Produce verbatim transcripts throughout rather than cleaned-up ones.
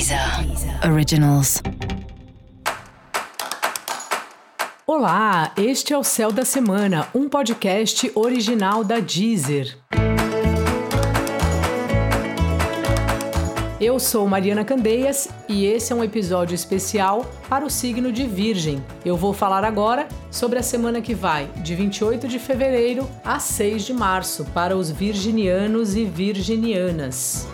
Deezer Originals. Olá, este é o Céu da Semana, um podcast original da Deezer. Eu sou Mariana Candeias e esse é um episódio especial para o signo de Virgem. Eu vou falar agora sobre a semana que vai, de vinte e oito de fevereiro a seis de março, para os virginianos e virginianas.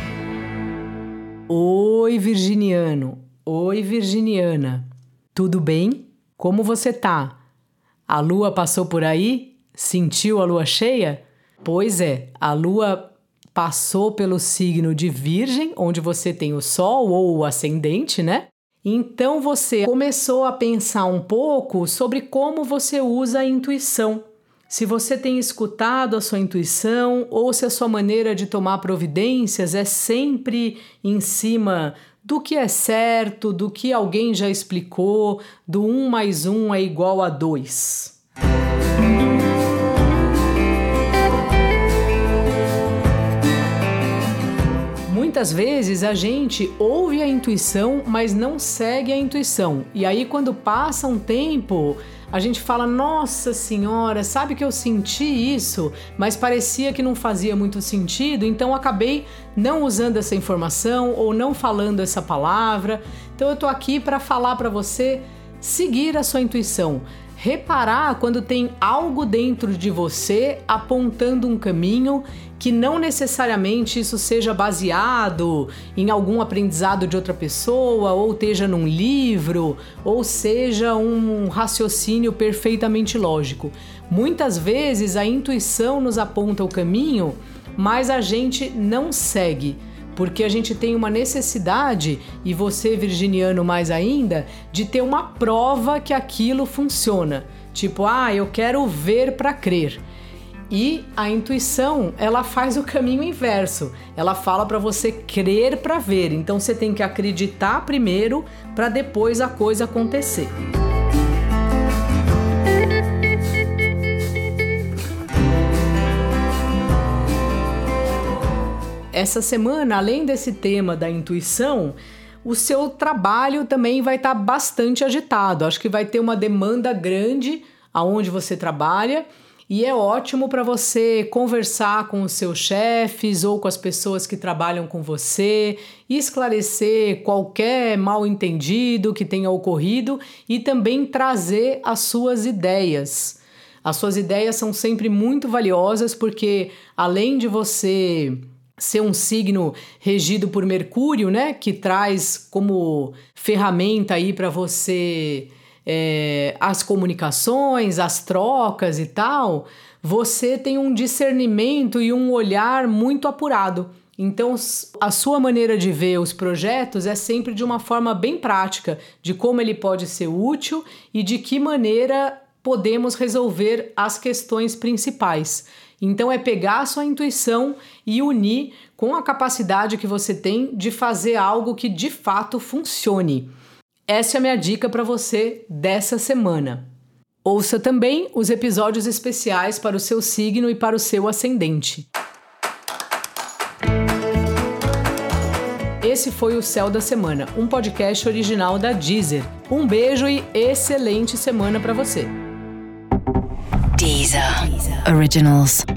Oi, virginiano! Oi, virginiana! Tudo bem? Como você tá? A lua passou por aí? Sentiu a lua cheia? Pois é, a lua passou pelo signo de Virgem, onde você tem o Sol ou o ascendente, né? Então você começou a pensar um pouco sobre como você usa a intuição. Se você tem escutado a sua intuição ou se a sua maneira de tomar providências é sempre em cima do que é certo, do que alguém já explicou, do um mais um é igual a dois. Muitas vezes a gente ouve a intuição, mas não segue a intuição. E aí quando passa um tempo, a gente fala, nossa senhora, sabe que eu senti isso, mas parecia que não fazia muito sentido, então acabei não usando essa informação ou não falando essa palavra. Então eu tô aqui para falar para você seguir a sua intuição. Reparar quando tem algo dentro de você apontando um caminho que não necessariamente isso seja baseado em algum aprendizado de outra pessoa, ou esteja num livro, ou seja um raciocínio perfeitamente lógico. Muitas vezes a intuição nos aponta o caminho, mas a gente não segue. Porque a gente tem uma necessidade, e você virginiano mais ainda, de ter uma prova que aquilo funciona. Tipo, ah, eu quero ver para crer. E a intuição, ela faz o caminho inverso. Ela fala para você crer para ver. Então você tem que acreditar primeiro para depois a coisa acontecer. Essa semana, além desse tema da intuição, o seu trabalho também vai estar bastante agitado. Acho que vai ter uma demanda grande aonde você trabalha e é ótimo para você conversar com os seus chefes ou com as pessoas que trabalham com você, esclarecer qualquer mal-entendido que tenha ocorrido e também trazer as suas ideias. As suas ideias são sempre muito valiosas porque, além de você ser um signo regido por Mercúrio, né, que traz como ferramenta aí para você é, as comunicações, as trocas e tal, você tem um discernimento e um olhar muito apurado. Então, a sua maneira de ver os projetos é sempre de uma forma bem prática, de como ele pode ser útil e de que maneira podemos resolver as questões principais. Então é pegar a sua intuição e unir com a capacidade que você tem de fazer algo que de fato funcione. Essa é a minha dica para você dessa semana. Ouça também os episódios especiais para o seu signo e para o seu ascendente. Esse foi o Céu da Semana, um podcast original da Deezer. Um beijo e excelente semana para você. Deezer Originals.